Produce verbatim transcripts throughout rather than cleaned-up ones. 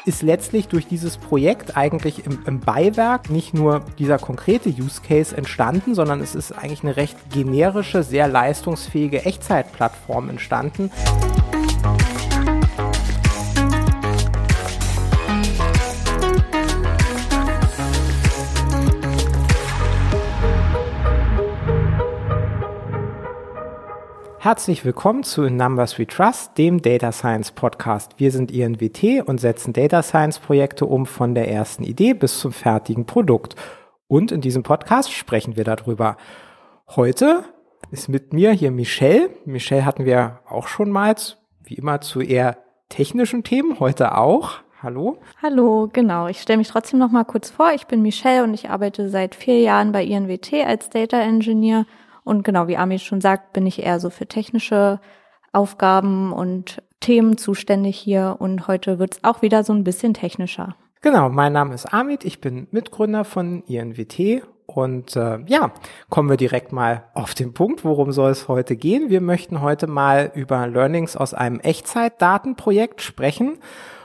ist letztlich durch dieses Projekt eigentlich im, im Beiwerk nicht nur dieser konkrete Use Case entstanden, sondern es ist eigentlich eine recht generische, sehr leistungsfähige Echtzeitplattform entstanden. Herzlich willkommen zu In Numbers We Trust, dem Data Science Podcast. Wir sind I N W T und setzen Data Science Projekte um von der ersten Idee bis zum fertigen Produkt. Und in diesem Podcast sprechen wir darüber. Heute ist mit mir hier Michelle. Michelle hatten wir auch schon mal, wie immer, zu eher technischen Themen, heute auch. Hallo. Hallo, genau. Ich stelle mich trotzdem noch mal kurz vor. Ich bin Michelle und ich arbeite seit vier Jahren bei I N W T als Data Engineer. Und genau, wie Amit schon sagt, bin ich eher so für technische Aufgaben und Themen zuständig hier. Und heute wird es auch wieder so ein bisschen technischer. Genau, mein Name ist Amit, ich bin Mitgründer von I N W T. Und äh, ja, kommen wir direkt mal auf den Punkt, worum soll es heute gehen. Wir möchten heute mal über Learnings aus einem Echtzeitdatenprojekt sprechen.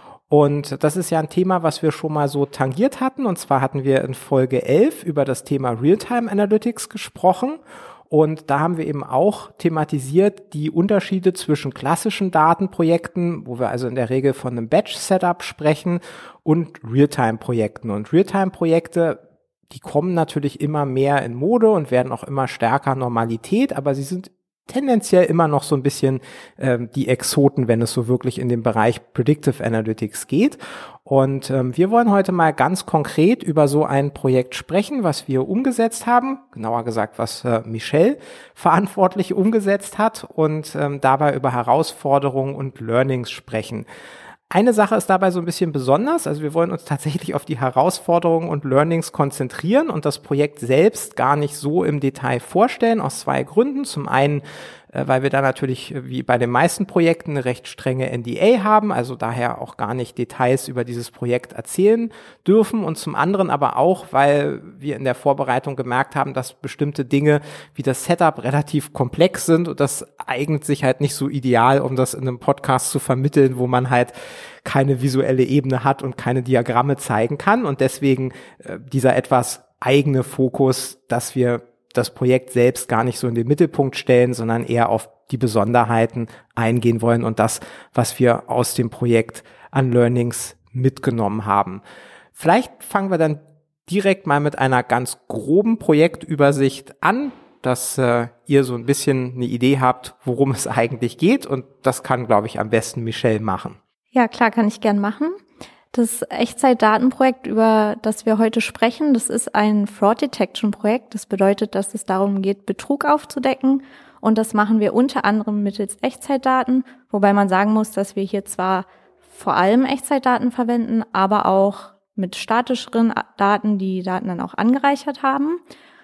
Und das ist ja ein Thema, was wir schon mal so tangiert hatten. Und zwar hatten wir in Folge elf über das Thema Realtime Analytics gesprochen. Und da haben wir eben auch thematisiert die Unterschiede zwischen klassischen Datenprojekten, wo wir also in der Regel von einem Batch-Setup sprechen, und Realtime-Projekten. Und Realtime-Projekte, die kommen natürlich immer mehr in Mode und werden auch immer stärker Normalität, aber sie sind tendenziell immer noch so ein bisschen ähm, die Exoten, wenn es so wirklich in den Bereich Predictive Analytics geht. Und ähm, wir wollen heute mal ganz konkret über so ein Projekt sprechen, was wir umgesetzt haben, genauer gesagt, was äh, Michelle verantwortlich umgesetzt hat und ähm, dabei über Herausforderungen und Learnings sprechen. Eine Sache ist dabei so ein bisschen besonders, also wir wollen uns tatsächlich auf die Herausforderungen und Learnings konzentrieren und das Projekt selbst gar nicht so im Detail vorstellen, aus zwei Gründen. Zum einen, weil wir da natürlich wie bei den meisten Projekten eine recht strenge N D A haben, also daher auch gar nicht Details über dieses Projekt erzählen dürfen, und zum anderen aber auch, weil wir in der Vorbereitung gemerkt haben, dass bestimmte Dinge wie das Setup relativ komplex sind und das eignet sich halt nicht so ideal, um das in einem Podcast zu vermitteln, wo man halt keine visuelle Ebene hat und keine Diagramme zeigen kann, und deswegen äh, dieser etwas eigene Fokus, dass wir das Projekt selbst gar nicht so in den Mittelpunkt stellen, sondern eher auf die Besonderheiten eingehen wollen und das, was wir aus dem Projekt an Learnings mitgenommen haben. Vielleicht fangen wir dann direkt mal mit einer ganz groben Projektübersicht an, dass äh, ihr so ein bisschen eine Idee habt, worum es eigentlich geht, und das kann, glaube ich, am besten Michelle machen. Ja, klar, kann ich gern machen. Das Echtzeitdatenprojekt, über das wir heute sprechen, das ist ein Fraud Detection Projekt. Das bedeutet, dass es darum geht, Betrug aufzudecken. Und das machen wir unter anderem mittels Echtzeitdaten, wobei man sagen muss, dass wir hier zwar vor allem Echtzeitdaten verwenden, aber auch mit statischeren Daten die Daten dann auch angereichert haben.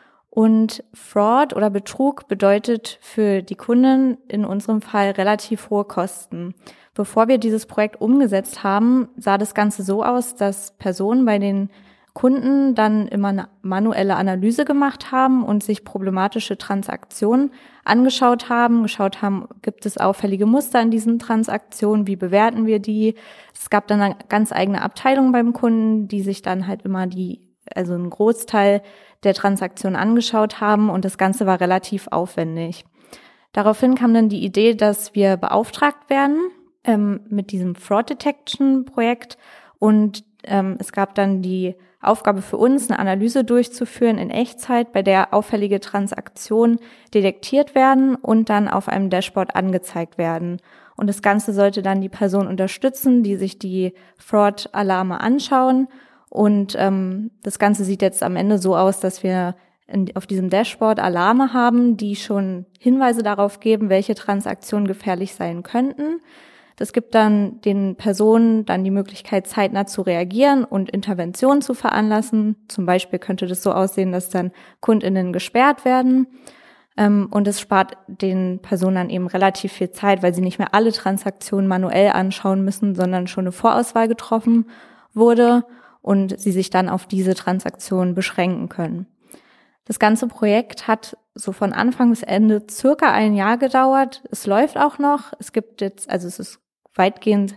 Und Fraud oder Betrug bedeutet für die Kunden in unserem Fall relativ hohe Kosten. Bevor wir dieses Projekt umgesetzt haben, sah das Ganze so aus, dass Personen bei den Kunden dann immer eine manuelle Analyse gemacht haben und sich problematische Transaktionen angeschaut haben, geschaut haben, gibt es auffällige Muster in diesen Transaktionen, wie bewerten wir die? Es gab dann eine ganz eigene Abteilung beim Kunden, die sich dann halt immer die, also einen Großteil der Transaktionen angeschaut haben, und das Ganze war relativ aufwendig. Daraufhin kam dann die Idee, dass wir beauftragt werden ähm, mit diesem Fraud Detection Projekt, und ähm, es gab dann die Aufgabe für uns, eine Analyse durchzuführen in Echtzeit, bei der auffällige Transaktionen detektiert werden und dann auf einem Dashboard angezeigt werden. Und das Ganze sollte dann die Person unterstützen, die sich die Fraud-Alarme anschauen. Und ähm, das Ganze sieht jetzt am Ende so aus, dass wir in, auf diesem Dashboard Alarme haben, die schon Hinweise darauf geben, welche Transaktionen gefährlich sein könnten. Das gibt dann den Personen dann die Möglichkeit, zeitnah zu reagieren und Interventionen zu veranlassen. Zum Beispiel könnte das so aussehen, dass dann KundInnen gesperrt werden. Und es spart den Personen dann eben relativ viel Zeit, weil sie nicht mehr alle Transaktionen manuell anschauen müssen, sondern schon eine Vorauswahl getroffen wurde und sie sich dann auf diese Transaktionen beschränken können. Das ganze Projekt hat so von Anfang bis Ende circa ein Jahr gedauert. Es läuft auch noch. Es gibt jetzt, also es ist weitgehend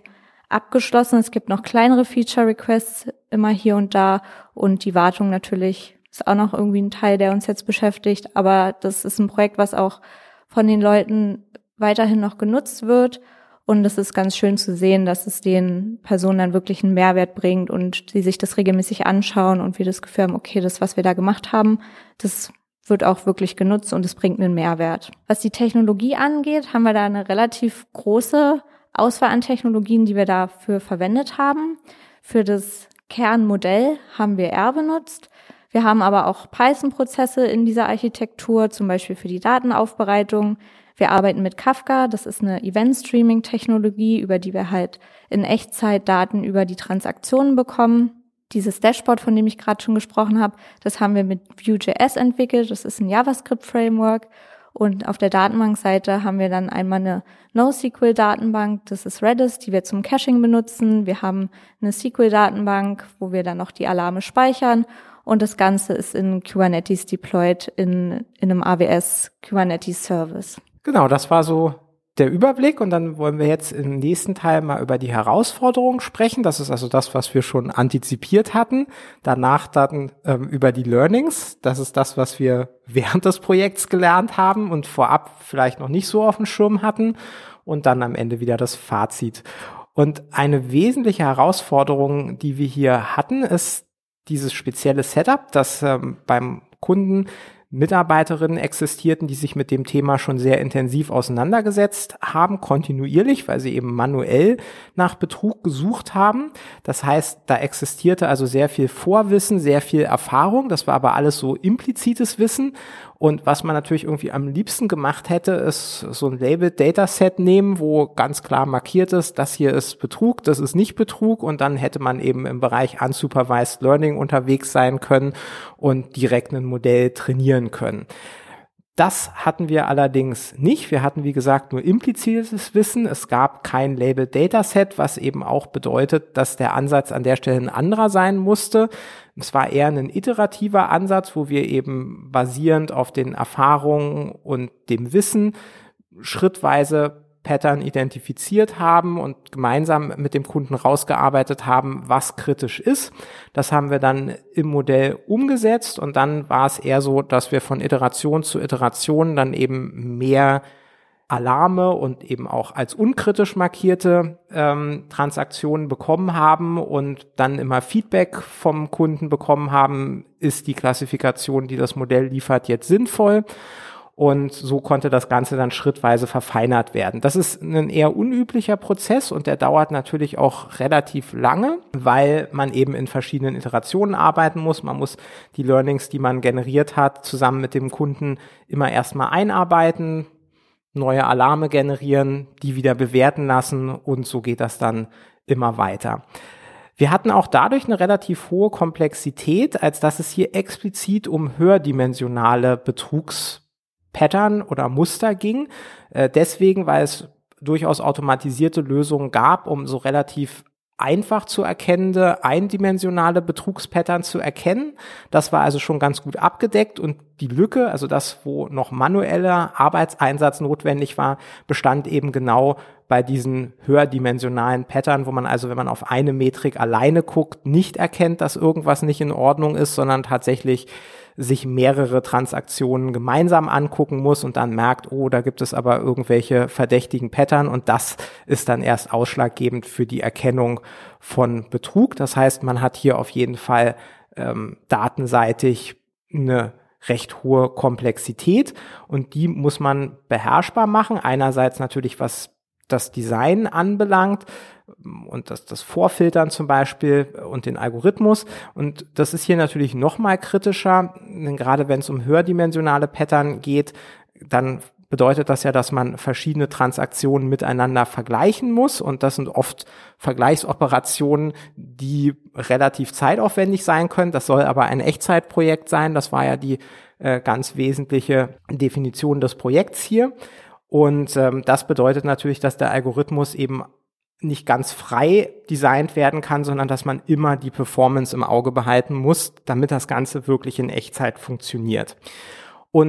abgeschlossen. Es gibt noch kleinere Feature-Requests immer hier und da und die Wartung natürlich ist auch noch irgendwie ein Teil, der uns jetzt beschäftigt. Aber das ist ein Projekt, was auch von den Leuten weiterhin noch genutzt wird. Und es ist ganz schön zu sehen, dass es den Personen dann wirklich einen Mehrwert bringt und sie sich das regelmäßig anschauen und wir das Gefühl haben, okay, das, was wir da gemacht haben, das wird auch wirklich genutzt und es bringt einen Mehrwert. Was die Technologie angeht, haben wir da eine relativ große Auswahl an Technologien, die wir dafür verwendet haben. Für das Kernmodell haben wir R benutzt. Wir haben aber auch Python-Prozesse in dieser Architektur, zum Beispiel für die Datenaufbereitung. Wir arbeiten mit Kafka, das ist eine Event-Streaming-Technologie, über die wir halt in Echtzeit Daten über die Transaktionen bekommen. Dieses Dashboard, von dem ich gerade schon gesprochen habe, das haben wir mit Vue.js entwickelt, das ist ein JavaScript-Framework. Und auf der Datenbankseite haben wir dann einmal eine NoSQL-Datenbank, das ist Redis, die wir zum Caching benutzen. Wir haben eine S Q L-Datenbank, wo wir dann noch die Alarme speichern. Und das Ganze ist in Kubernetes deployed in, in einem A W S Kubernetes Service. Genau, das war so der Überblick und dann wollen wir jetzt im nächsten Teil mal über die Herausforderungen sprechen. Das ist also das, was wir schon antizipiert hatten. Danach dann ähm, über die Learnings. Das ist das, was wir während des Projekts gelernt haben und vorab vielleicht noch nicht so auf dem Schirm hatten. Und dann am Ende wieder das Fazit. Und eine wesentliche Herausforderung, die wir hier hatten, ist dieses spezielle Setup, das ähm, beim Kunden Mitarbeiterinnen existierten, die sich mit dem Thema schon sehr intensiv auseinandergesetzt haben, kontinuierlich, weil sie eben manuell nach Betrug gesucht haben. Das heißt, da existierte also sehr viel Vorwissen, sehr viel Erfahrung. Das war aber alles so implizites Wissen. Und was man natürlich irgendwie am liebsten gemacht hätte, ist so ein Label-Dataset nehmen, wo ganz klar markiert ist, das hier ist Betrug, das ist nicht Betrug. Und dann hätte man eben im Bereich Unsupervised Learning unterwegs sein können und direkt ein Modell trainieren können. Das hatten wir allerdings nicht. Wir hatten, wie gesagt, nur implizites Wissen. Es gab kein Label-Dataset, was eben auch bedeutet, dass der Ansatz an der Stelle ein anderer sein musste. Es war eher ein iterativer Ansatz, wo wir eben basierend auf den Erfahrungen und dem Wissen schrittweise Pattern identifiziert haben und gemeinsam mit dem Kunden rausgearbeitet haben, was kritisch ist. Das haben wir dann im Modell umgesetzt und dann war es eher so, dass wir von Iteration zu Iteration dann eben mehr Alarme und eben auch als unkritisch markierte ähm, Transaktionen bekommen haben und dann immer Feedback vom Kunden bekommen haben, ist die Klassifikation, die das Modell liefert, jetzt sinnvoll? Und so konnte das Ganze dann schrittweise verfeinert werden. Das ist ein eher unüblicher Prozess und der dauert natürlich auch relativ lange, weil man eben in verschiedenen Iterationen arbeiten muss. Man muss die Learnings, die man generiert hat, zusammen mit dem Kunden immer erstmal einarbeiten, neue Alarme generieren, die wieder bewerten lassen und so geht das dann immer weiter. Wir hatten auch dadurch eine relativ hohe Komplexität, als dass es hier explizit um höherdimensionale Betrugs Pattern oder Muster ging. Äh, deswegen, weil es durchaus automatisierte Lösungen gab, um so relativ einfach zu erkennende, eindimensionale Betrugspattern zu erkennen. Das war also schon ganz gut abgedeckt und die Lücke, also das, wo noch manueller Arbeitseinsatz notwendig war, bestand eben genau bei diesen höherdimensionalen Pattern, wo man also, wenn man auf eine Metrik alleine guckt, nicht erkennt, dass irgendwas nicht in Ordnung ist, sondern tatsächlich sich mehrere Transaktionen gemeinsam angucken muss und dann merkt, oh, da gibt es aber irgendwelche verdächtigen Pattern und das ist dann erst ausschlaggebend für die Erkennung von Betrug. Das heißt, man hat hier auf jeden Fall ähm, datenseitig eine recht hohe Komplexität und die muss man beherrschbar machen. Einerseits natürlich, was das Design anbelangt und das, das Vorfiltern zum Beispiel und den Algorithmus. Und das ist hier natürlich noch mal kritischer, denn gerade wenn es um höherdimensionale Pattern geht, dann bedeutet das ja, dass man verschiedene Transaktionen miteinander vergleichen muss und das sind oft Vergleichsoperationen, die relativ zeitaufwendig sein können. Das soll aber ein Echtzeitprojekt sein. Das war ja die äh, ganz wesentliche Definition des Projekts hier. Und ähm, das bedeutet natürlich, dass der Algorithmus eben nicht ganz frei designt werden kann, sondern dass man immer die Performance im Auge behalten muss, damit das Ganze wirklich in Echtzeit funktioniert. Und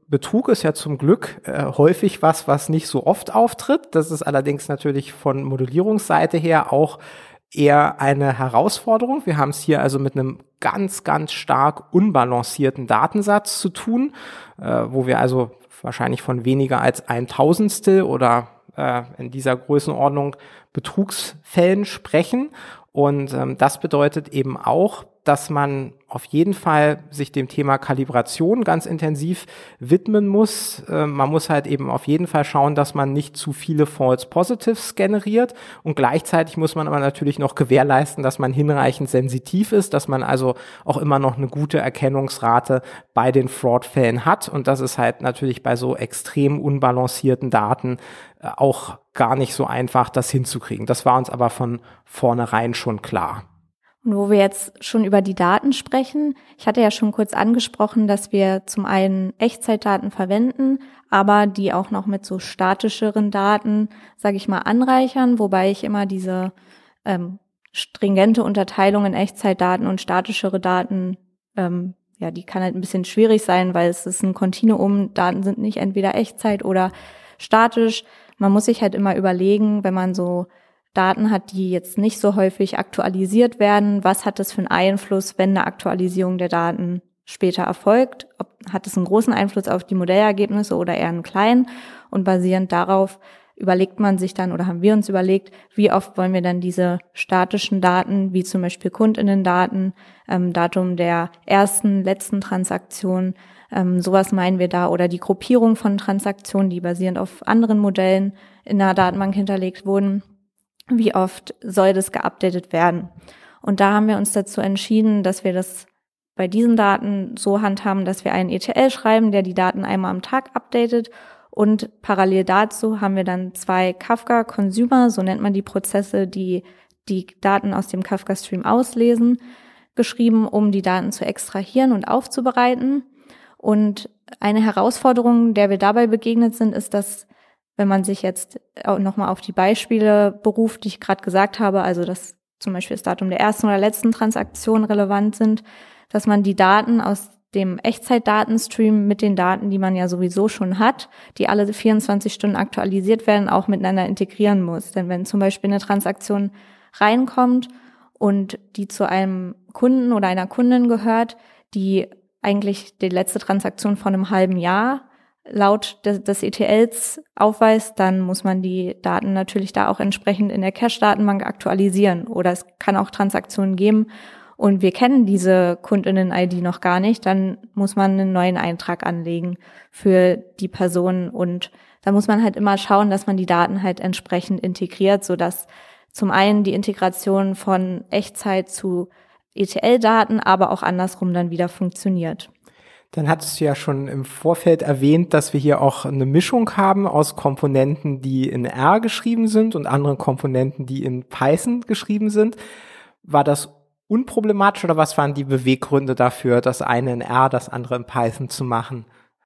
Betrug ist ja zum Glück äh, häufig was, was nicht so oft auftritt. Das ist allerdings natürlich von Modellierungsseite her auch eher eine Herausforderung. Wir haben es hier also mit einem ganz, ganz stark unbalancierten Datensatz zu tun, äh, wo wir also wahrscheinlich von weniger als ein Tausendstel oder äh, in dieser Größenordnung Betrugsfällen sprechen. Und ähm, das bedeutet eben auch, dass man auf jeden Fall sich dem Thema Kalibration ganz intensiv widmen muss. Äh, man muss halt eben auf jeden Fall schauen, dass man nicht zu viele False Positives generiert, und gleichzeitig muss man aber natürlich noch gewährleisten, dass man hinreichend sensitiv ist, dass man also auch immer noch eine gute Erkennungsrate bei den Fraud-Fällen hat, und das ist halt natürlich bei so extrem unbalancierten Daten äh, auch gar nicht so einfach, das hinzukriegen. Das war uns aber von vornherein schon klar. Und wo wir jetzt schon über die Daten sprechen, ich hatte ja schon kurz angesprochen, dass wir zum einen Echtzeitdaten verwenden, aber die auch noch mit so statischeren Daten, sage ich mal, anreichern, wobei ich immer diese ähm, stringente Unterteilung in Echtzeitdaten und statischere Daten, ähm, ja, die kann halt ein bisschen schwierig sein, weil es ist ein Kontinuum, Daten sind nicht entweder Echtzeit oder statisch. Man muss sich halt immer überlegen, wenn man so Daten hat, die jetzt nicht so häufig aktualisiert werden, was hat das für einen Einfluss, wenn eine Aktualisierung der Daten später erfolgt? Ob, hat es einen großen Einfluss auf die Modellergebnisse oder eher einen kleinen? Und basierend darauf überlegt man sich dann, oder haben wir uns überlegt, wie oft wollen wir dann diese statischen Daten, wie zum Beispiel KundInnen-Daten, ähm, Datum der ersten, letzten Transaktion, ähm, sowas meinen wir da, oder die Gruppierung von Transaktionen, die basierend auf anderen Modellen in der Datenbank hinterlegt wurden. Wie oft soll das geupdatet werden? Und da haben wir uns dazu entschieden, dass wir das bei diesen Daten so handhaben, dass wir einen E T L schreiben, der die Daten einmal am Tag updatet, und parallel dazu haben wir dann zwei Kafka-Consumer, so nennt man die Prozesse, die die Daten aus dem Kafka-Stream auslesen, geschrieben, um die Daten zu extrahieren und aufzubereiten. Und eine Herausforderung, der wir dabei begegnet sind, ist, dass wenn man sich jetzt auch nochmal auf die Beispiele beruft, die ich gerade gesagt habe, also dass zum Beispiel das Datum der ersten oder letzten Transaktion relevant sind, dass man die Daten aus dem Echtzeitdatenstream mit den Daten, die man ja sowieso schon hat, die alle vierundzwanzig Stunden aktualisiert werden, auch miteinander integrieren muss. Denn wenn zum Beispiel eine Transaktion reinkommt und die zu einem Kunden oder einer Kundin gehört, die eigentlich die letzte Transaktion von einem halben Jahr laut des, des E T Ls aufweist, dann muss man die Daten natürlich da auch entsprechend in der Cache-Datenbank aktualisieren. Oder es kann auch Transaktionen geben und wir kennen diese KundInnen-I D noch gar nicht, dann muss man einen neuen Eintrag anlegen für die Person. Und da muss man halt immer schauen, dass man die Daten halt entsprechend integriert, sodass zum einen die Integration von Echtzeit zu E T L-Daten, aber auch andersrum dann wieder funktioniert. Dann hattest du ja schon im Vorfeld erwähnt, dass wir hier auch eine Mischung haben aus Komponenten, die in R geschrieben sind, und anderen Komponenten, die in Python geschrieben sind. War das unproblematisch, oder was waren die Beweggründe dafür, das eine in R, das andere in Python zu machen?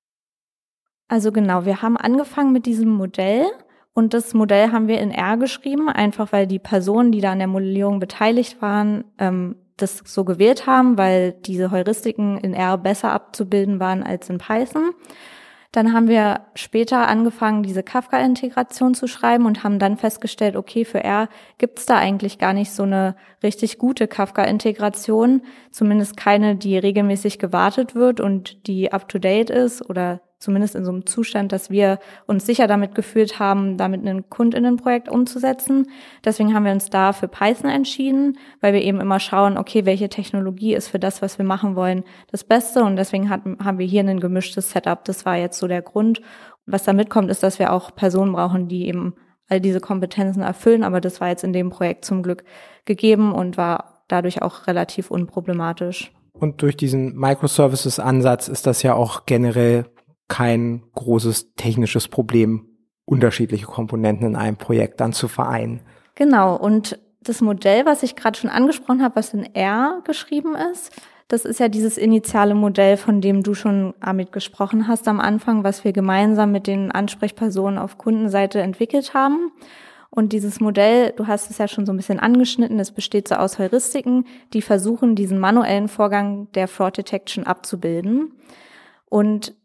Also genau, wir haben angefangen mit diesem Modell, und das Modell haben wir in R geschrieben, einfach weil die Personen, die da an der Modellierung beteiligt waren, ähm, das so gewählt haben, weil diese Heuristiken in R besser abzubilden waren als in Python. Dann haben wir später angefangen, diese Kafka-Integration zu schreiben und haben dann festgestellt, okay, für R gibt's da eigentlich gar nicht so eine richtig gute Kafka-Integration, zumindest keine, die regelmäßig gewartet wird und die up-to-date ist, oder zumindest in so einem Zustand, dass wir uns sicher damit gefühlt haben, damit ein KundInnenprojekt umzusetzen. Deswegen haben wir uns da für Python entschieden, weil wir eben immer schauen, okay, welche Technologie ist für das, was wir machen wollen, das Beste. Und deswegen hatten, haben wir hier ein gemischtes Setup. Das war jetzt so der Grund. Was da mitkommt, ist, dass wir auch Personen brauchen, die eben all diese Kompetenzen erfüllen. Aber das war jetzt in dem Projekt zum Glück gegeben und war dadurch auch relativ unproblematisch. Und durch diesen Microservices-Ansatz ist das ja auch generell kein großes technisches Problem, unterschiedliche Komponenten in einem Projekt dann zu vereinen. Genau, und das Modell, was ich gerade schon angesprochen habe, was in R geschrieben ist, das ist ja dieses initiale Modell, von dem du schon, Amit, gesprochen hast am Anfang, was wir gemeinsam mit den Ansprechpersonen auf Kundenseite entwickelt haben. Und dieses Modell, du hast es ja schon so ein bisschen angeschnitten, es besteht so aus Heuristiken, die versuchen, diesen manuellen Vorgang der Fraud Detection abzubilden. Und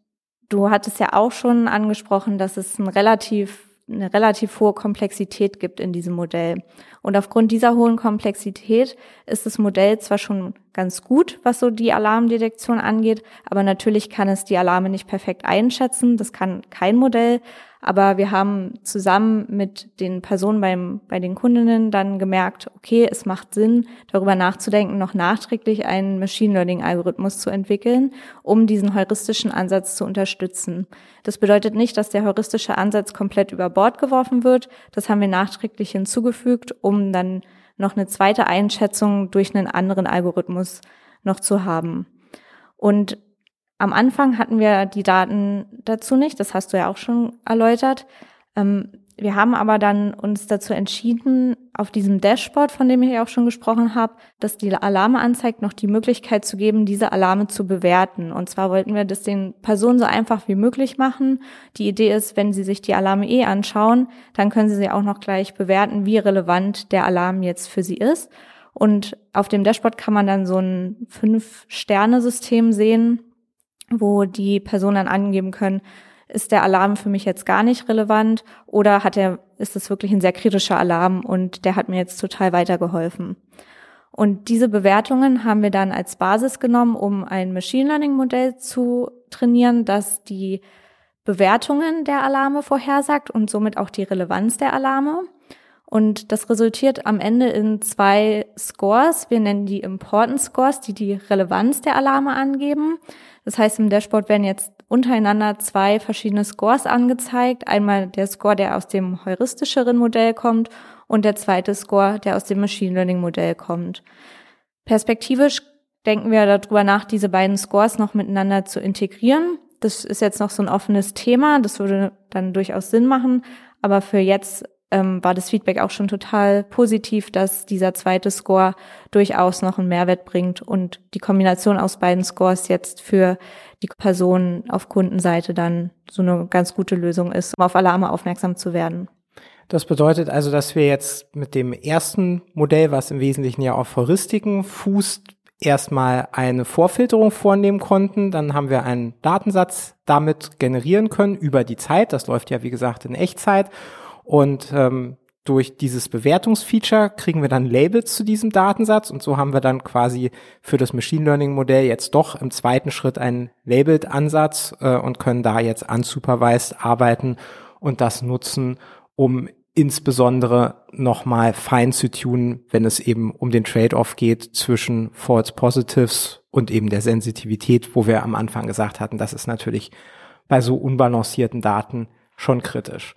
Du hattest ja auch schon angesprochen, dass es ein relativ eine relativ hohe Komplexität gibt in diesem Modell. Und aufgrund dieser hohen Komplexität ist das Modell zwar schon ganz gut, was so die Alarmdetektion angeht, aber natürlich kann es die Alarme nicht perfekt einschätzen. Das kann kein Modell. Aber wir haben zusammen mit den Personen beim, bei den Kundinnen dann gemerkt, okay, es macht Sinn, darüber nachzudenken, noch nachträglich einen Machine Learning Algorithmus zu entwickeln, um diesen heuristischen Ansatz zu unterstützen. Das bedeutet nicht, dass der heuristische Ansatz komplett über Bord geworfen wird. Das haben wir nachträglich hinzugefügt, um dann noch eine zweite Einschätzung durch einen anderen Algorithmus noch zu haben. Und am Anfang hatten wir die Daten dazu nicht, das hast du ja auch schon erläutert. Ähm, wir haben aber dann uns dazu entschieden, auf diesem Dashboard, von dem ich ja auch schon gesprochen habe, dass die Alarme anzeigt, noch die Möglichkeit zu geben, diese Alarme zu bewerten. Und zwar wollten wir das den Personen so einfach wie möglich machen. Die Idee ist, wenn sie sich die Alarme eh anschauen, dann können sie sie auch noch gleich bewerten, wie relevant der Alarm jetzt für sie ist. Und auf dem Dashboard kann man dann so ein Fünf-Sterne-System sehen, wo die Personen dann angeben können, ist der Alarm für mich jetzt gar nicht relevant oder hat er, ist es wirklich ein sehr kritischer Alarm und der hat mir jetzt total weitergeholfen. Und diese Bewertungen haben wir dann als Basis genommen, um ein Machine Learning Modell zu trainieren, das die Bewertungen der Alarme vorhersagt und somit auch die Relevanz der Alarme. Und das resultiert am Ende in zwei Scores. Wir nennen die Importance Scores, die die Relevanz der Alarme angeben. Das heißt, im Dashboard werden jetzt untereinander zwei verschiedene Scores angezeigt. Einmal der Score, der aus dem heuristischeren Modell kommt und der zweite Score, der aus dem Machine Learning Modell kommt. Perspektivisch denken wir darüber nach, diese beiden Scores noch miteinander zu integrieren. Das ist jetzt noch so ein offenes Thema. Das würde dann durchaus Sinn machen. Aber für jetzt ähm, war das Feedback auch schon total positiv, dass dieser zweite Score durchaus noch einen Mehrwert bringt und die Kombination aus beiden Scores jetzt für die Personen auf Kundenseite dann so eine ganz gute Lösung ist, um auf Alarme aufmerksam zu werden. Das bedeutet also, dass wir jetzt mit dem ersten Modell, was im Wesentlichen ja auf Heuristiken fußt, erstmal eine Vorfilterung vornehmen konnten. Dann haben wir einen Datensatz damit generieren können über die Zeit. Das läuft ja, wie gesagt, in Echtzeit. Und ähm, durch dieses Bewertungsfeature kriegen wir dann Labels zu diesem Datensatz. Und so haben wir dann quasi für das Machine Learning Modell jetzt doch im zweiten Schritt einen Labeled-Ansatz äh, und können da jetzt unsupervised arbeiten und das nutzen, um insbesondere nochmal fein zu tunen, wenn es eben um den Trade-off geht zwischen False Positives und eben der Sensitivität, wo wir am Anfang gesagt hatten, das ist natürlich bei so unbalancierten Daten schon kritisch.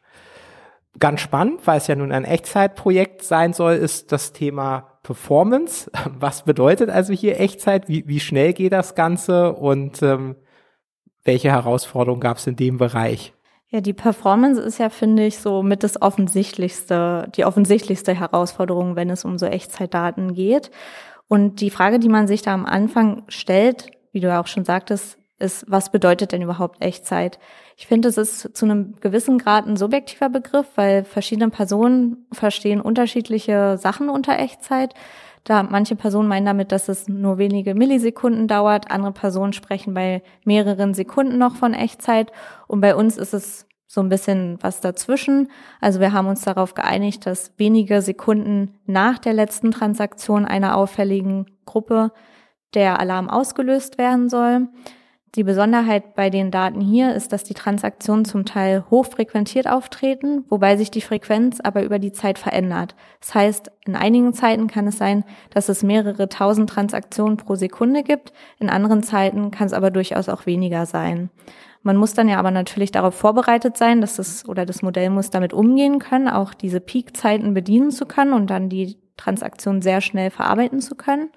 Ganz spannend, weil es ja nun ein Echtzeitprojekt sein soll, ist das Thema Performance. Was bedeutet also hier Echtzeit? Wie, wie schnell geht das Ganze und ähm, welche Herausforderungen gab es in dem Bereich? Ja, die Performance ist ja, finde ich, so mit das offensichtlichste, die offensichtlichste Herausforderung, wenn es um so Echtzeitdaten geht. Und die Frage, die man sich da am Anfang stellt, wie du ja auch schon sagtest, ist, was bedeutet denn überhaupt Echtzeit? Ich finde, es ist zu einem gewissen Grad ein subjektiver Begriff, weil verschiedene Personen verstehen unterschiedliche Sachen unter Echtzeit. Da manche Personen meinen damit, dass es nur wenige Millisekunden dauert, andere Personen sprechen bei mehreren Sekunden noch von Echtzeit und bei uns ist es so ein bisschen was dazwischen. Also wir haben uns darauf geeinigt, dass wenige Sekunden nach der letzten Transaktion einer auffälligen Gruppe der Alarm ausgelöst werden soll. Die Besonderheit bei den Daten hier ist, dass die Transaktionen zum Teil hochfrequentiert auftreten, wobei sich die Frequenz aber über die Zeit verändert. Das heißt, in einigen Zeiten kann es sein, dass es mehrere tausend Transaktionen pro Sekunde gibt, in anderen Zeiten kann es aber durchaus auch weniger sein. Man muss dann ja aber natürlich darauf vorbereitet sein, dass das oder das Modell muss damit umgehen können, auch diese Peakzeiten bedienen zu können und dann die Transaktion sehr schnell verarbeiten zu können.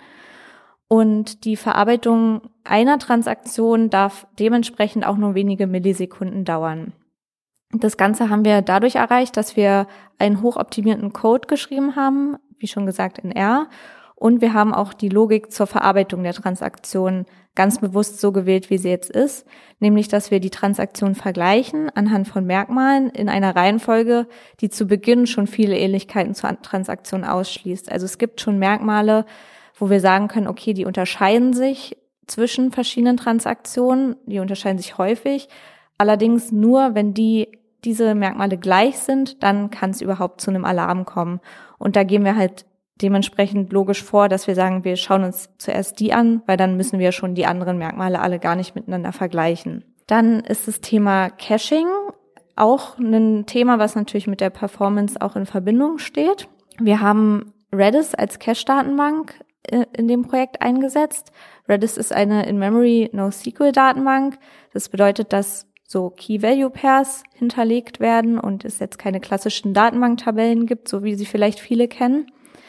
Und die Verarbeitung einer Transaktion darf dementsprechend auch nur wenige Millisekunden dauern. Das Ganze haben wir dadurch erreicht, dass wir einen hochoptimierten Code geschrieben haben, wie schon gesagt in R. Und wir haben auch die Logik zur Verarbeitung der Transaktion ganz bewusst so gewählt, wie sie jetzt ist. Nämlich, dass wir die Transaktion vergleichen anhand von Merkmalen in einer Reihenfolge, die zu Beginn schon viele Ähnlichkeiten zur Transaktion ausschließt. Also es gibt schon Merkmale, wo wir sagen können, okay, die unterscheiden sich zwischen verschiedenen Transaktionen, die unterscheiden sich häufig, Allerdings nur, wenn die diese Merkmale gleich sind, dann kann es überhaupt zu einem Alarm kommen. Und da gehen wir halt dementsprechend logisch vor, dass wir sagen, wir schauen uns zuerst die an, weil dann müssen wir schon die anderen Merkmale alle gar nicht miteinander vergleichen. Dann ist das Thema Caching auch ein Thema, was natürlich mit der Performance auch in Verbindung steht. Wir haben Redis als Cache-Datenbank in dem Projekt eingesetzt. Redis ist eine In-Memory NoSQL-Datenbank. Das bedeutet, dass so Key-Value-Pairs hinterlegt werden und es jetzt keine klassischen Datenbanktabellen gibt, so wie sie vielleicht viele kennen.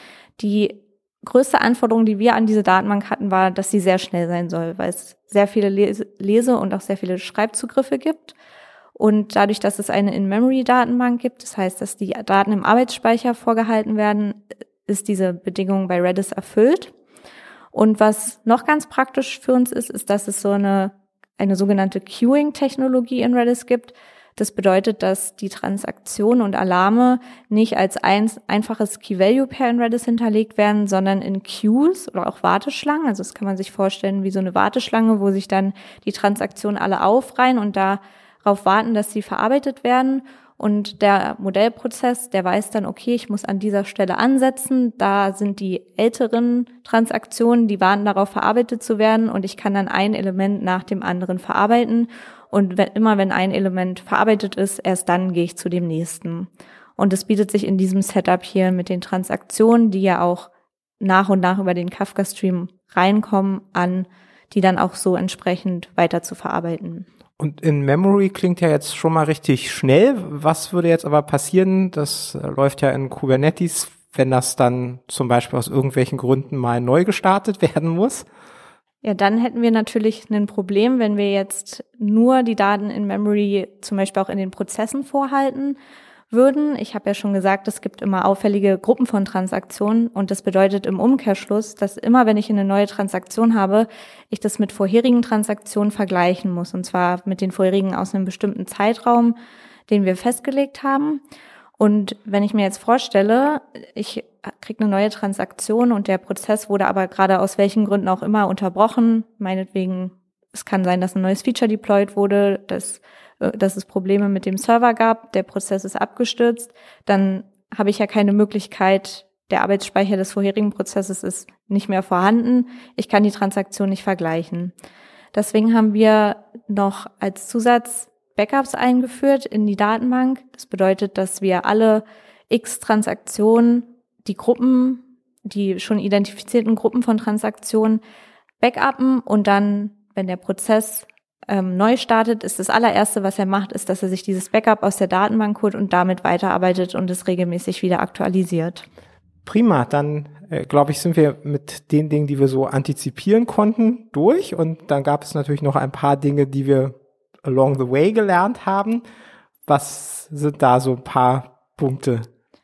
Die größte Anforderung, die wir an diese Datenbank hatten, war, dass sie sehr schnell sein soll, weil es sehr viele Lese- und auch sehr viele Schreibzugriffe gibt. Und dadurch, dass es eine In-Memory-Datenbank gibt, das heißt, dass die Daten im Arbeitsspeicher vorgehalten werden, ist diese Bedingung bei Redis erfüllt. Und was noch ganz praktisch für uns ist, ist, dass es so eine eine sogenannte Queuing-Technologie in Redis gibt. Das bedeutet, dass die Transaktionen und Alarme nicht als ein, einfaches Key-Value-Pair in Redis hinterlegt werden, sondern in Queues oder auch Warteschlangen. Also das kann man sich vorstellen wie so eine Warteschlange, wo sich dann die Transaktionen alle aufreihen und darauf warten, dass sie verarbeitet werden. Und der Modellprozess, der weiß dann, okay, ich muss an dieser Stelle ansetzen, da sind die älteren Transaktionen, die warten darauf, verarbeitet zu werden und ich kann dann ein Element nach dem anderen verarbeiten und wenn, immer wenn ein Element verarbeitet ist, erst dann gehe ich zu dem nächsten. Und es bietet sich in diesem Setup hier mit den Transaktionen, die ja auch nach und nach über den Kafka-Stream reinkommen, an, die dann auch so entsprechend weiter zu verarbeiten. Und in Memory klingt ja jetzt schon mal richtig schnell. Was würde jetzt aber passieren? Das läuft ja in Kubernetes, wenn das dann zum Beispiel aus irgendwelchen Gründen mal neu gestartet werden muss. Ja, dann hätten wir natürlich ein Problem, wenn wir jetzt nur die Daten in Memory zum Beispiel auch in den Prozessen vorhalten würden. Ich habe ja schon gesagt, es gibt immer auffällige Gruppen von Transaktionen und das bedeutet im Umkehrschluss, dass immer, wenn ich eine neue Transaktion habe, ich das mit vorherigen Transaktionen vergleichen muss und zwar mit den vorherigen aus einem bestimmten Zeitraum, den wir festgelegt haben. Und wenn ich mir jetzt vorstelle, ich kriege eine neue Transaktion und der Prozess wurde aber gerade aus welchen Gründen auch immer unterbrochen, meinetwegen, es kann sein, dass ein neues Feature deployed wurde, dass dass es Probleme mit dem Server gab, der Prozess ist abgestürzt, dann habe ich ja keine Möglichkeit, der Arbeitsspeicher des vorherigen Prozesses ist nicht mehr vorhanden, ich kann die Transaktion nicht vergleichen. Deswegen haben wir noch als Zusatz Backups eingeführt in die Datenbank. Das bedeutet, dass wir alle x Transaktionen, die Gruppen, die schon identifizierten Gruppen von Transaktionen backuppen und dann, wenn der Prozess ähm, neu startet, ist das allererste, was er macht, ist, dass er sich dieses Backup aus der Datenbank holt und damit weiterarbeitet und es regelmäßig wieder aktualisiert. Prima, dann äh, glaube ich, sind wir mit den Dingen, die wir so antizipieren konnten, durch. Und dann gab es natürlich noch ein paar Dinge, die wir along the way gelernt haben. Was sind da so ein paar Punkte?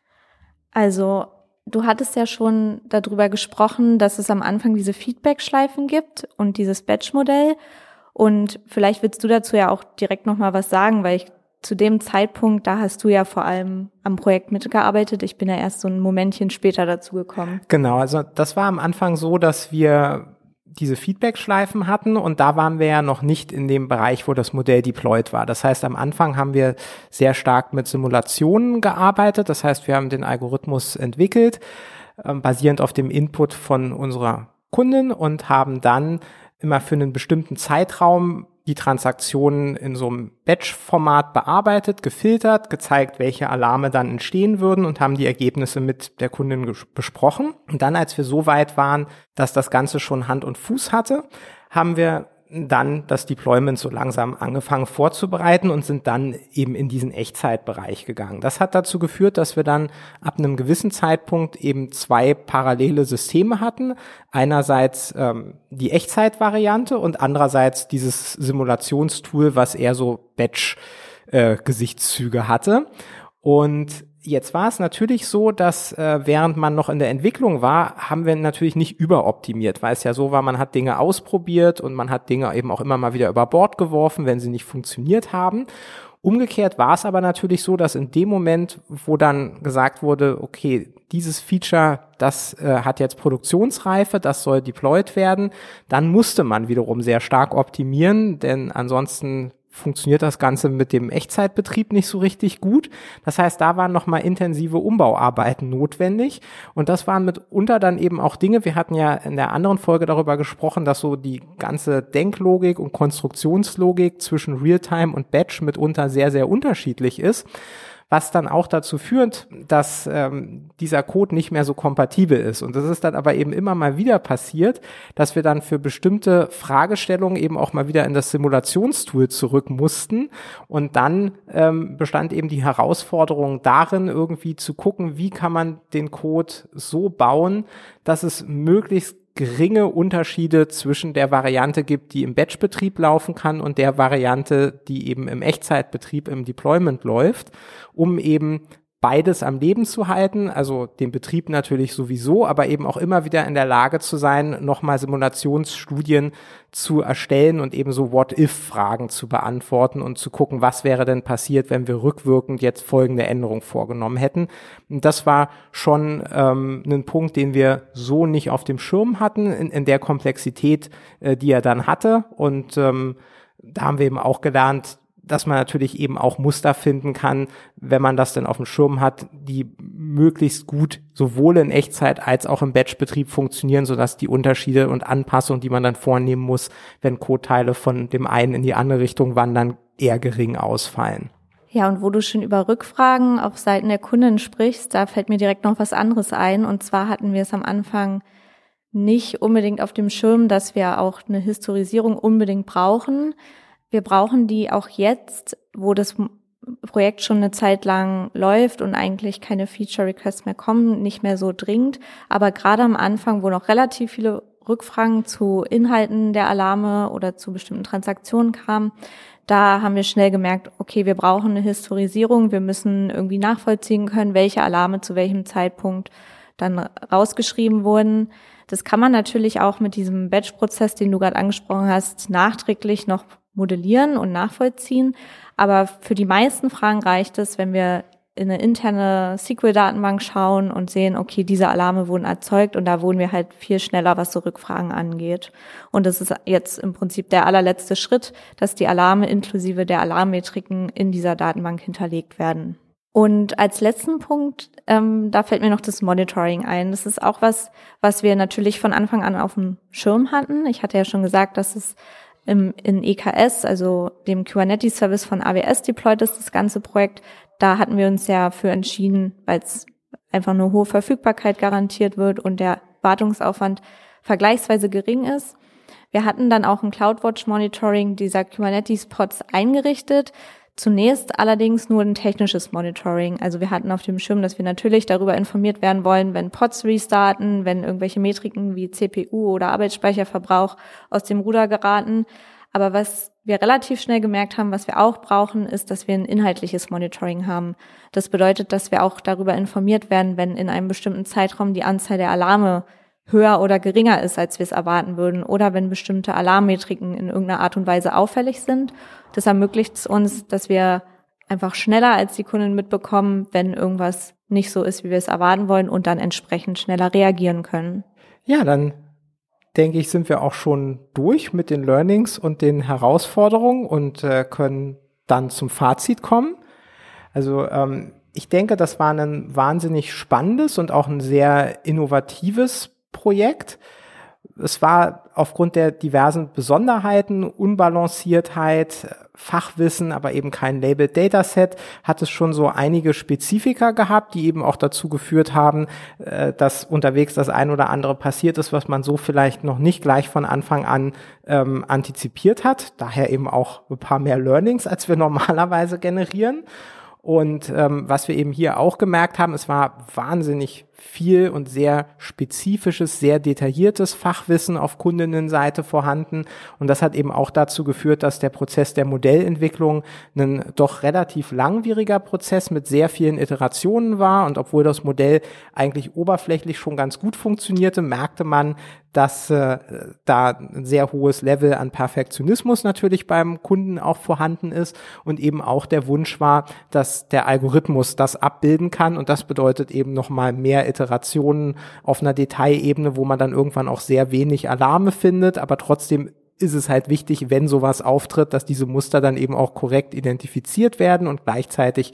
Also du hattest ja schon darüber gesprochen, dass es am Anfang diese Feedback-Schleifen gibt und dieses Batch-Modell. Und vielleicht willst du dazu ja auch direkt nochmal was sagen, weil ich zu dem Zeitpunkt, da hast du ja vor allem am Projekt mitgearbeitet. Ich bin ja erst so ein Momentchen später dazu gekommen. Genau, also das war am Anfang so, dass wir diese Feedback-Schleifen hatten und da waren wir ja noch nicht in dem Bereich, wo das Modell deployed war. Das heißt, am Anfang haben wir sehr stark mit Simulationen gearbeitet. Das heißt, wir haben den Algorithmus entwickelt, äh, basierend auf dem Input von unserer Kundin und haben dann immer für einen bestimmten Zeitraum die Transaktionen in so einem Batch-Format bearbeitet, gefiltert, gezeigt, welche Alarme dann entstehen würden und haben die Ergebnisse mit der Kundin ges- besprochen. Und dann, als wir so weit waren, dass das Ganze schon Hand und Fuß hatte, haben wir dann das Deployment so langsam angefangen vorzubereiten und sind dann eben in diesen Echtzeitbereich gegangen. Das hat dazu geführt, dass wir dann ab einem gewissen Zeitpunkt eben zwei parallele Systeme hatten. Einerseits ähm, die Echtzeitvariante und andererseits dieses Simulationstool, was eher so Batch-Gesichtszüge äh, hatte. Und jetzt war es natürlich so, dass äh, während man noch in der Entwicklung war, haben wir natürlich nicht überoptimiert, weil es ja so war, man hat Dinge ausprobiert und man hat Dinge eben auch immer mal wieder über Bord geworfen, wenn sie nicht funktioniert haben. Umgekehrt war es aber natürlich so, dass in dem Moment, wo dann gesagt wurde, okay, dieses Feature, das äh, hat jetzt Produktionsreife, das soll deployed werden, dann musste man wiederum sehr stark optimieren, denn ansonsten funktioniert das Ganze mit dem Echtzeitbetrieb nicht so richtig gut. Das heißt, da waren nochmal intensive Umbauarbeiten notwendig und das waren mitunter dann eben auch Dinge, wir hatten ja in der anderen Folge darüber gesprochen, dass so die ganze Denklogik und Konstruktionslogik zwischen Realtime und Batch mitunter sehr, sehr unterschiedlich ist, was dann auch dazu führt, dass ähm, dieser Code nicht mehr so kompatibel ist. Und das ist dann aber eben immer mal wieder passiert, dass wir dann für bestimmte Fragestellungen eben auch mal wieder in das Simulationstool zurück mussten. Und dann ähm, bestand eben die Herausforderung darin, irgendwie zu gucken, wie kann man den Code so bauen, dass es möglichst geringe Unterschiede zwischen der Variante gibt, die im Batch-Betrieb laufen kann und der Variante, die eben im Echtzeitbetrieb im Deployment läuft, um eben beides am Leben zu halten, also den Betrieb natürlich sowieso, aber eben auch immer wieder in der Lage zu sein, nochmal Simulationsstudien zu erstellen und eben so What-if-Fragen zu beantworten und zu gucken, was wäre denn passiert, wenn wir rückwirkend jetzt folgende Änderung vorgenommen hätten. Und das war schon ähm, ein Punkt, den wir so nicht auf dem Schirm hatten, in, in der Komplexität, äh, die er dann hatte. Und ähm, da haben wir eben auch gelernt, dass man natürlich eben auch Muster finden kann, wenn man das dann auf dem Schirm hat, die möglichst gut sowohl in Echtzeit als auch im Batch-Betrieb funktionieren, sodass die Unterschiede und Anpassungen, die man dann vornehmen muss, wenn Codeteile von dem einen in die andere Richtung wandern, eher gering ausfallen. Ja, und wo du schon über Rückfragen auf Seiten der Kunden sprichst, da fällt mir direkt noch was anderes ein. Und zwar hatten wir es am Anfang nicht unbedingt auf dem Schirm, dass wir auch eine Historisierung unbedingt brauchen. Wir brauchen die auch jetzt, wo das Projekt schon eine Zeit lang läuft und eigentlich keine Feature-Requests mehr kommen, nicht mehr so dringend. Aber gerade am Anfang, wo noch relativ viele Rückfragen zu Inhalten der Alarme oder zu bestimmten Transaktionen kamen, da haben wir schnell gemerkt, okay, wir brauchen eine Historisierung, wir müssen irgendwie nachvollziehen können, welche Alarme zu welchem Zeitpunkt dann rausgeschrieben wurden. Das kann man natürlich auch mit diesem Batch-Prozess, den du gerade angesprochen hast, nachträglich noch modellieren und nachvollziehen. Aber für die meisten Fragen reicht es, wenn wir in eine interne S Q L-Datenbank schauen und sehen, okay, diese Alarme wurden erzeugt und da wurden wir halt viel schneller, was so Rückfragen angeht. Und das ist jetzt im Prinzip der allerletzte Schritt, dass die Alarme inklusive der Alarmmetriken in dieser Datenbank hinterlegt werden. Und als letzten Punkt, ähm, da fällt mir noch das Monitoring ein. Das ist auch was, was wir natürlich von Anfang an auf dem Schirm hatten. Ich hatte ja schon gesagt, dass es im, in E K S, also dem Kubernetes-Service von A W S deployed ist, das ganze Projekt. Da hatten wir uns ja für entschieden, weil es einfach eine hohe Verfügbarkeit garantiert wird und der Wartungsaufwand vergleichsweise gering ist. Wir hatten dann auch ein CloudWatch-Monitoring dieser Kubernetes-Pods eingerichtet. Zunächst allerdings nur ein technisches Monitoring. Also wir hatten auf dem Schirm, dass wir natürlich darüber informiert werden wollen, wenn Pods restarten, wenn irgendwelche Metriken wie C P U oder Arbeitsspeicherverbrauch aus dem Ruder geraten. Aber was wir relativ schnell gemerkt haben, was wir auch brauchen, ist, dass wir ein inhaltliches Monitoring haben. Das bedeutet, dass wir auch darüber informiert werden, wenn in einem bestimmten Zeitraum die Anzahl der Alarme höher oder geringer ist, als wir es erwarten würden, oder wenn bestimmte Alarmmetriken in irgendeiner Art und Weise auffällig sind. Das ermöglicht es uns, dass wir einfach schneller als die Kunden mitbekommen, wenn irgendwas nicht so ist, wie wir es erwarten wollen, und dann entsprechend schneller reagieren können. Ja, dann denke ich, sind wir auch schon durch mit den Learnings und den Herausforderungen und äh, können dann zum Fazit kommen. Also ähm, ich denke, das war ein wahnsinnig spannendes und auch ein sehr innovatives Projekt. Es war aufgrund der diversen Besonderheiten, Unbalanciertheit, Fachwissen, aber eben kein Labeled Dataset, hat es schon so einige Spezifika gehabt, die eben auch dazu geführt haben, dass unterwegs das ein oder andere passiert ist, was man so vielleicht noch nicht gleich von Anfang an ähm, antizipiert hat. Daher eben auch ein paar mehr Learnings, als wir normalerweise generieren. Und ähm, was wir eben hier auch gemerkt haben, es war wahnsinnig viel und sehr spezifisches, sehr detailliertes Fachwissen auf Kundinnenseite vorhanden. Und das hat eben auch dazu geführt, dass der Prozess der Modellentwicklung ein doch relativ langwieriger Prozess mit sehr vielen Iterationen war. Und obwohl das Modell eigentlich oberflächlich schon ganz gut funktionierte, merkte man, dass äh, da ein sehr hohes Level an Perfektionismus natürlich beim Kunden auch vorhanden ist und eben auch der Wunsch war, dass der Algorithmus das abbilden kann, und das bedeutet eben nochmal mehr Iterationen auf einer Detailebene, wo man dann irgendwann auch sehr wenig Alarme findet, aber trotzdem ist es halt wichtig, wenn sowas auftritt, dass diese Muster dann eben auch korrekt identifiziert werden und gleichzeitig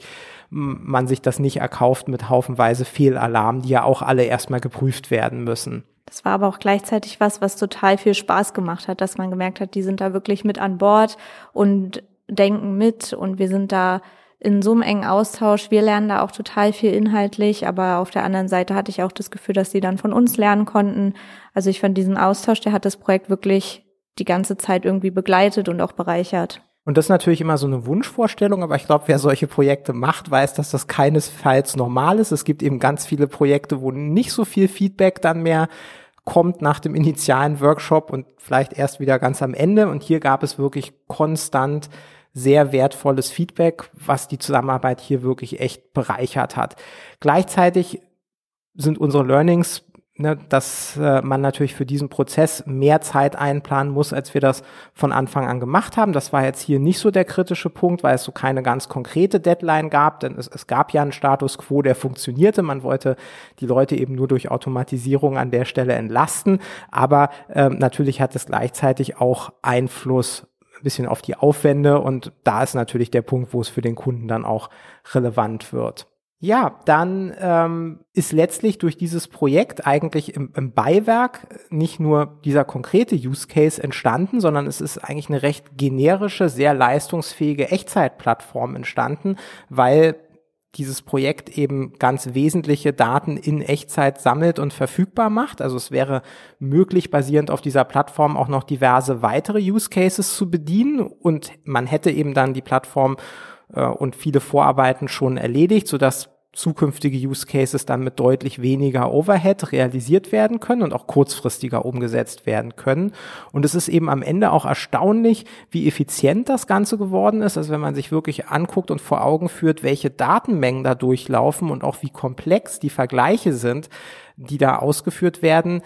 man sich das nicht erkauft mit haufenweise Fehlalarmen, die ja auch alle erstmal geprüft werden müssen. Das war aber auch gleichzeitig was, was total viel Spaß gemacht hat, dass man gemerkt hat, die sind da wirklich mit an Bord und denken mit und wir sind da in so einem engen Austausch. Wir lernen da auch total viel inhaltlich, aber auf der anderen Seite hatte ich auch das Gefühl, dass die dann von uns lernen konnten. Also ich fand diesen Austausch, der hat das Projekt wirklich die ganze Zeit irgendwie begleitet und auch bereichert. Und das ist natürlich immer so eine Wunschvorstellung, aber ich glaube, wer solche Projekte macht, weiß, dass das keinesfalls normal ist. Es gibt eben ganz viele Projekte, wo nicht so viel Feedback dann mehr kommt nach dem initialen Workshop und vielleicht erst wieder ganz am Ende. Und hier gab es wirklich konstant sehr wertvolles Feedback, was die Zusammenarbeit hier wirklich echt bereichert hat. Gleichzeitig sind unsere Learnings, Ne, dass äh, man natürlich für diesen Prozess mehr Zeit einplanen muss, als wir das von Anfang an gemacht haben. Das war jetzt hier nicht so der kritische Punkt, weil es so keine ganz konkrete Deadline gab, denn es, es gab ja einen Status quo, der funktionierte. Man wollte die Leute eben nur durch Automatisierung an der Stelle entlasten, aber ähm, natürlich hat es gleichzeitig auch Einfluss ein bisschen auf die Aufwände und da ist natürlich der Punkt, wo es für den Kunden dann auch relevant wird. Ja, dann ähm, ist letztlich durch dieses Projekt eigentlich im, im Beiwerk nicht nur dieser konkrete Use Case entstanden, sondern es ist eigentlich eine recht generische, sehr leistungsfähige Echtzeitplattform entstanden, weil dieses Projekt eben ganz wesentliche Daten in Echtzeit sammelt und verfügbar macht. Also es wäre möglich, basierend auf dieser Plattform auch noch diverse weitere Use Cases zu bedienen und man hätte eben dann die Plattform und viele Vorarbeiten schon erledigt, sodass zukünftige Use Cases dann mit deutlich weniger Overhead realisiert werden können und auch kurzfristiger umgesetzt werden können. Und es ist eben am Ende auch erstaunlich, wie effizient das Ganze geworden ist. Also wenn man sich wirklich anguckt und vor Augen führt, welche Datenmengen da durchlaufen und auch wie komplex die Vergleiche sind, die da ausgeführt werden,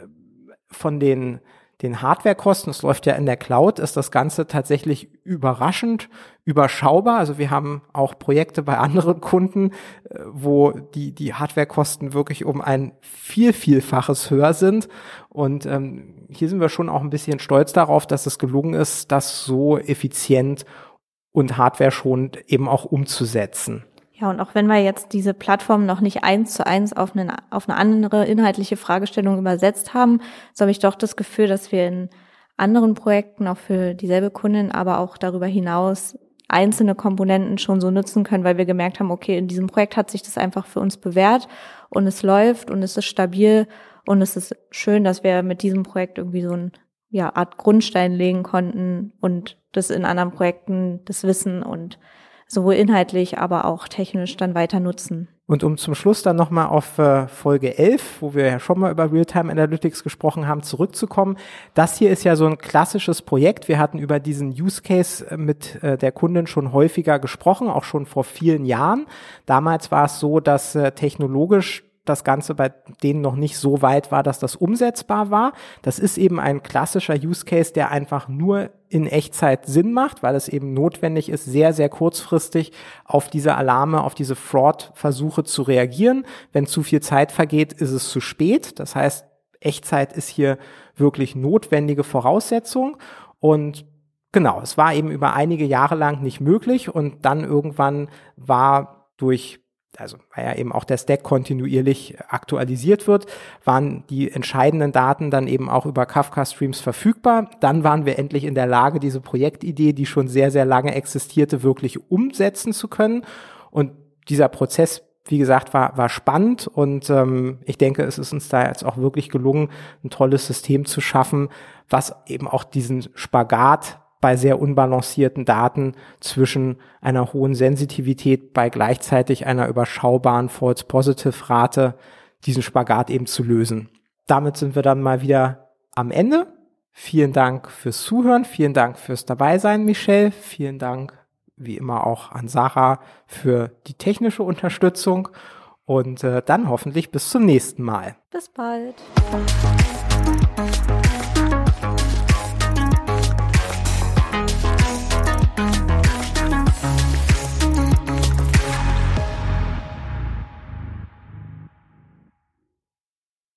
von den den Hardwarekosten, es läuft ja in der Cloud, ist das Ganze tatsächlich überraschend überschaubar. Also wir haben auch Projekte bei anderen Kunden, wo die die Hardwarekosten wirklich um ein viel, vielfaches höher sind. Und ähm, hier sind wir schon auch ein bisschen stolz darauf, dass es gelungen ist, das so effizient und hardwareschonend eben auch umzusetzen. Ja, und auch wenn wir jetzt diese Plattform noch nicht eins zu eins auf eine, auf eine andere inhaltliche Fragestellung übersetzt haben, so habe ich doch das Gefühl, dass wir in anderen Projekten auch für dieselbe Kundin, aber auch darüber hinaus einzelne Komponenten schon so nutzen können, weil wir gemerkt haben, okay, in diesem Projekt hat sich das einfach für uns bewährt und es läuft und es ist stabil und es ist schön, dass wir mit diesem Projekt irgendwie so eine ja, Art Grundstein legen konnten und das in anderen Projekten, das Wissen und sowohl inhaltlich, aber auch technisch dann weiter nutzen. Und um zum Schluss dann nochmal auf äh, Folge elf, wo wir ja schon mal über Realtime Analytics gesprochen haben, zurückzukommen. Das hier ist ja so ein klassisches Projekt. Wir hatten über diesen Use Case mit äh, der Kundin schon häufiger gesprochen, auch schon vor vielen Jahren. Damals war es so, dass äh, technologisch das Ganze bei denen noch nicht so weit war, dass das umsetzbar war. Das ist eben ein klassischer Use Case, der einfach nur in Echtzeit Sinn macht, weil es eben notwendig ist, sehr, sehr kurzfristig auf diese Alarme, auf diese Fraud-Versuche zu reagieren. Wenn zu viel Zeit vergeht, ist es zu spät. Das heißt, Echtzeit ist hier wirklich notwendige Voraussetzung und genau, es war eben über einige Jahre lang nicht möglich und dann irgendwann war durch also weil ja eben auch der Stack kontinuierlich aktualisiert wird, waren die entscheidenden Daten dann eben auch über Kafka-Streams verfügbar. Dann waren wir endlich in der Lage, diese Projektidee, die schon sehr, sehr lange existierte, wirklich umsetzen zu können. Und dieser Prozess, wie gesagt, war war spannend und ähm, ich denke, es ist uns da jetzt auch wirklich gelungen, ein tolles System zu schaffen, was eben auch diesen Spagat bei sehr unbalancierten Daten zwischen einer hohen Sensitivität bei gleichzeitig einer überschaubaren False-Positive-Rate diesen Spagat eben zu lösen. Damit sind wir dann mal wieder am Ende. Vielen Dank fürs Zuhören, vielen Dank fürs Dabeisein, Michelle. Vielen Dank wie immer auch an Sarah für die technische Unterstützung und äh, dann hoffentlich bis zum nächsten Mal. Bis bald.